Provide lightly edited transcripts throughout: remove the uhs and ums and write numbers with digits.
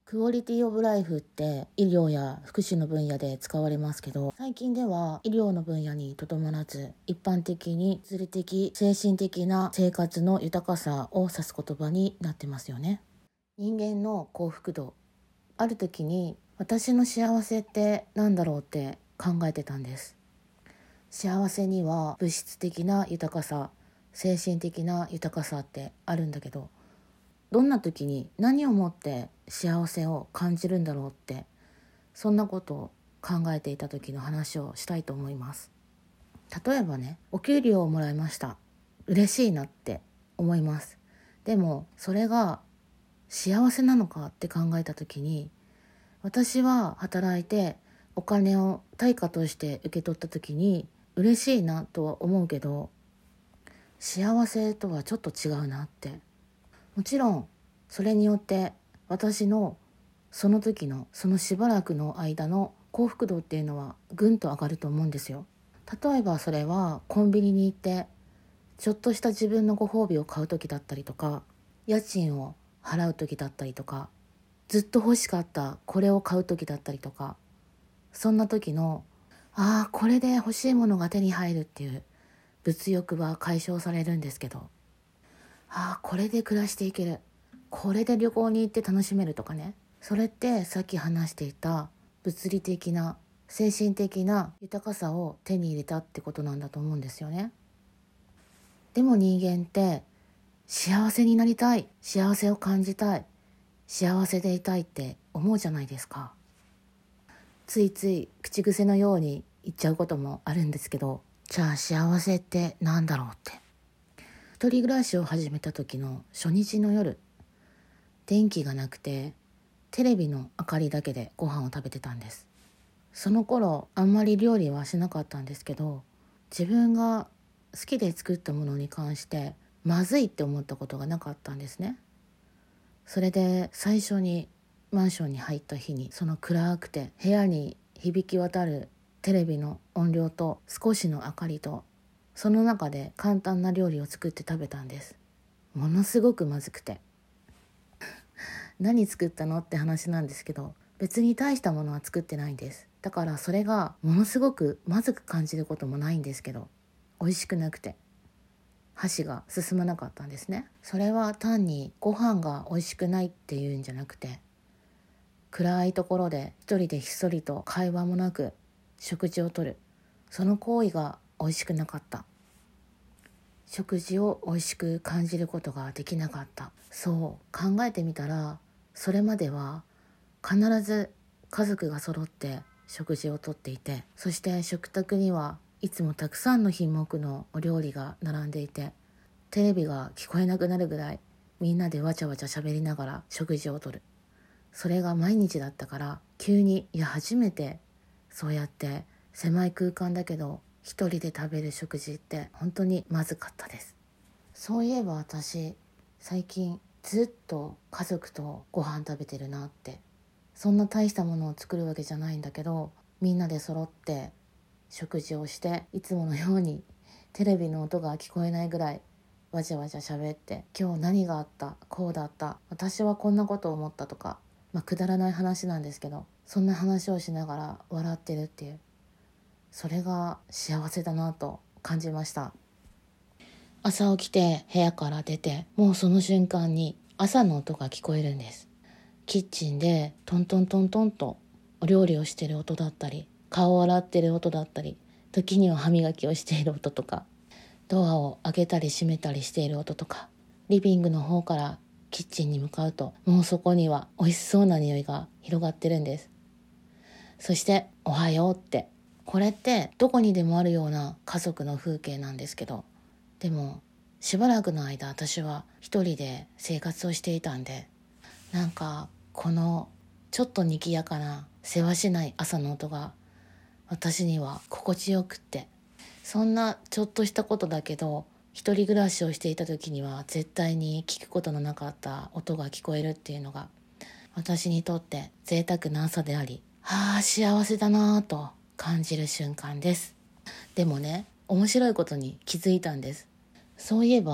クオリティオブライフって医療や福祉の分野で使われますけど、最近では医療の分野にとどまらず、一般的に物理的精神的な生活の豊かさを指す言葉になってますよね。人間の幸福度、ある時に私の幸せって何だろうって考えてたんです。幸せには物質的な豊かさ、精神的な豊かさってあるんだけど、どんな時に何をもって幸せを感じるんだろうって、そんなことを考えていた時の話をしたいと思います。例えばね、お給料をもらいました。嬉しいなって思います。でもそれが幸せなのかって考えた時に、私は働いてお金を対価として受け取った時に嬉しいなとは思うけど、幸せとはちょっと違うなって。もちろんそれによって私のその時のそのしばらくの間の幸福度っていうのはぐんと上がると思うんですよ。例えばそれはコンビニに行ってちょっとした自分のご褒美を買う時だったりとか、家賃を払う時だったりとか、ずっと欲しかったこれを買う時だったりとか、そんな時のこれで欲しいものが手に入るっていう物欲は解消されるんですけど、これで暮らしていける、これで旅行に行って楽しめるとかね、それってさっき話していた物理的な精神的な豊かさを手に入れたってことなんだと思うんですよね。でも人間って幸せになりたい、幸せを感じたい、幸せでいたいって思うじゃないですか。ついつい口癖のように言っちゃうこともあるんですけど、じゃあ幸せってなんだろうって。一人暮らしを始めた時の初日の夜、電気がなくてテレビの明かりだけでご飯を食べてたんです。その頃あんまり料理はしなかったんですけど、自分が好きで作ったものに関してまずいって思ったことがなかったんですね。それで最初にマンションに入った日に、その暗くて部屋に響き渡るテレビの音量と少しの明かりと、その中で簡単な料理を作って食べたんです。ものすごくまずくて何作ったのって話なんですけど、別に大したものは作ってないんです。だからそれがものすごくまずく感じることもないんですけど、美味しくなくて箸が進まなかったんですね。それは単にご飯が美味しくないっていうんじゃなくて、暗いところで一人でひっそりと会話もなく食事をとる、その行為が美味しくなかった。食事を美味しく感じることができなかった。そう考えてみたら、それまでは必ず家族が揃って食事をとっていて、そして食卓にはいつもたくさんの品目のお料理が並んでいて、テレビが聞こえなくなるぐらいみんなでわちゃわちゃ喋りながら食事をとる。それが毎日だったから、急に初めてそうやって狭い空間だけど一人で食べる食事って本当にまずかったです。そういえば私最近ずっと家族とご飯食べてるなって。そんな大したものを作るわけじゃないんだけど、みんなで揃って食事をして、いつものようにテレビの音が聞こえないぐらいわちゃわちゃ喋って、今日何があった、こうだった、私はこんなことを思ったとか、くだらない話なんですけど、そんな話をしながら笑ってるっていう、それが幸せだなと感じました。朝起きて部屋から出て、もうその瞬間に朝の音が聞こえるんです。キッチンでトントントントンとお料理をしている音だったり、顔を洗っている音だったり、時には歯磨きをしている音とか、ドアを開けたり閉めたりしている音とか、リビングの方からキッチンに向かうと、もうそこには美味しそうな匂いが広がってるんです。そしておはようって、これってどこにでもあるような家族の風景なんですけど、でもしばらくの間私は一人で生活をしていたんで、なんかこのちょっとにぎやかなせわしない朝の音が私には心地よくって、そんなちょっとしたことだけど、一人暮らしをしていた時には絶対に聞くことのなかった音が聞こえるっていうのが、私にとって贅沢な朝であり、幸せだなぁと感じる瞬間です。でもね、面白いことに気づいたんです。そういえば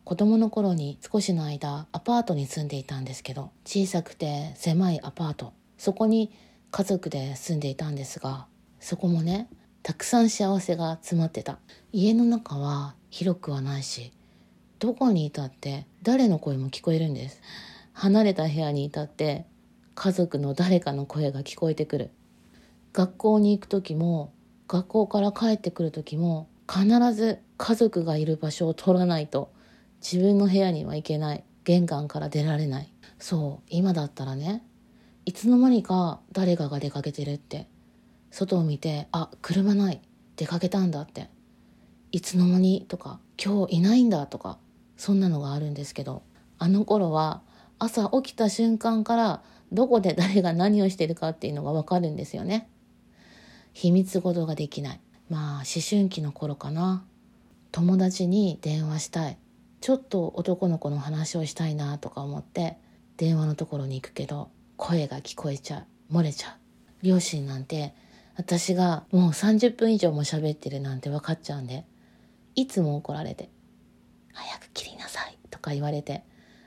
子供の頃に少しの間アパートに住んでいたんですけど、小さくて狭いアパート、そこに家族で住んでいたんですが、そこもね、たくさん幸せが詰まってた。家の中は広くはないし、どこにいたって誰の声も聞こえるんです。離れた部屋にいたって家族の誰かの声が聞こえてくる。学校に行く時も学校から帰ってくる時も必ず家族がいる場所を取らないと自分の部屋には行けない。玄関から出られない。そう、今だったらね、いつの間にか誰かが出かけてるって、外を見て、あ、車ない、出かけたんだって、いつの間にとか、今日いないんだとか、そんなのがあるんですけど、あの頃は朝起きた瞬間からどこで誰が何をしてるかっていうのがわかるんですよね。秘密事ができない。まあ思春期の頃かな。友達に電話したい、ちょっと男の子の話をしたいなとか思って電話のところに行くけど、声が聞こえちゃう、漏れちゃう。両親なんて私がもう30分以上も喋ってるなんて分かっちゃうんで、いつも怒られて、早く切りなさいとか言われて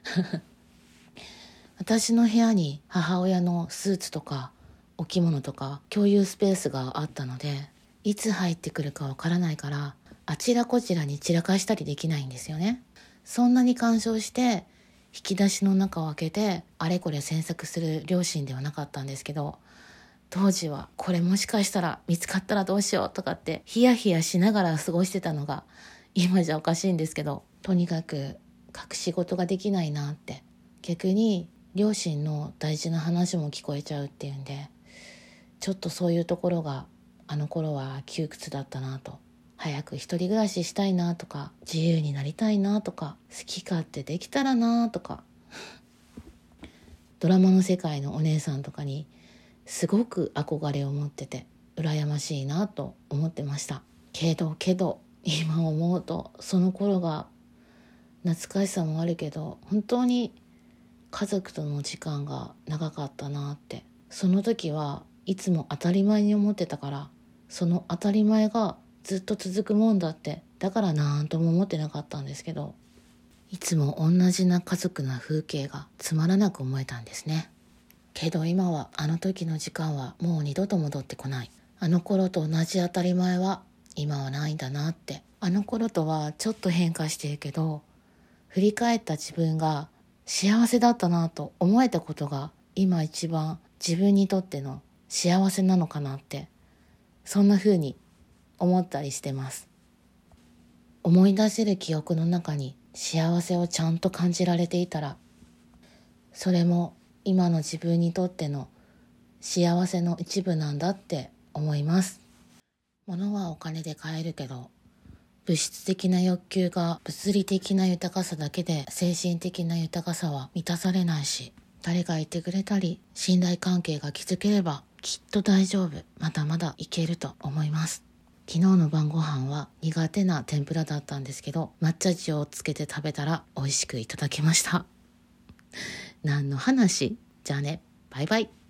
私の部屋に母親のスーツとかお着物とか共有スペースがあったので、いつ入ってくるかわからないからあちらこちらに散らかしたりできないんですよね。そんなに干渉して引き出しの中を開けてあれこれ詮索する両親ではなかったんですけど、当時はこれもしかしたら見つかったらどうしようとかってヒヤヒヤしながら過ごしてたのが今じゃおかしいんですけど、とにかく隠し事ができないなって、逆に両親の大事な話も聞こえちゃうっていうんで、ちょっとそういうところがあの頃は窮屈だったなと。早く一人暮らししたいなとか、自由になりたいなとか、好き勝手できたらなとかドラマの世界のお姉さんとかにすごく憧れを持ってて羨ましいなと思ってました。けど今思うとその頃が懐かしさもあるけど、本当に家族との時間が長かったなって。その時はいつも当たり前に思ってたから、その当たり前がずっと続くもんだって、だからなんとも思ってなかったんですけど、いつも同じな家族な風景がつまらなく思えたんですね。けど今はあの時の時間はもう二度と戻ってこない。あの頃と同じ当たり前は今はないんだなって。あの頃とはちょっと変化してるけど、振り返った自分が幸せだったなと思えたことが今一番自分にとっての幸せなのかなって、そんな風に思ったりしてます。思い出せる記憶の中に幸せをちゃんと感じられていたら、それも今の自分にとっての幸せの一部なんだって思います。物はお金で買えるけど、物質的な欲求が物理的な豊かさだけで精神的な豊かさは満たされないし、誰がいてくれたり信頼関係が築ければきっと大丈夫、まだまだいけると思います。昨日の晩ご飯は苦手な天ぷらだったんですけど、抹茶塩をつけて食べたら美味しくいただきました。何の話？じゃあね、バイバイ。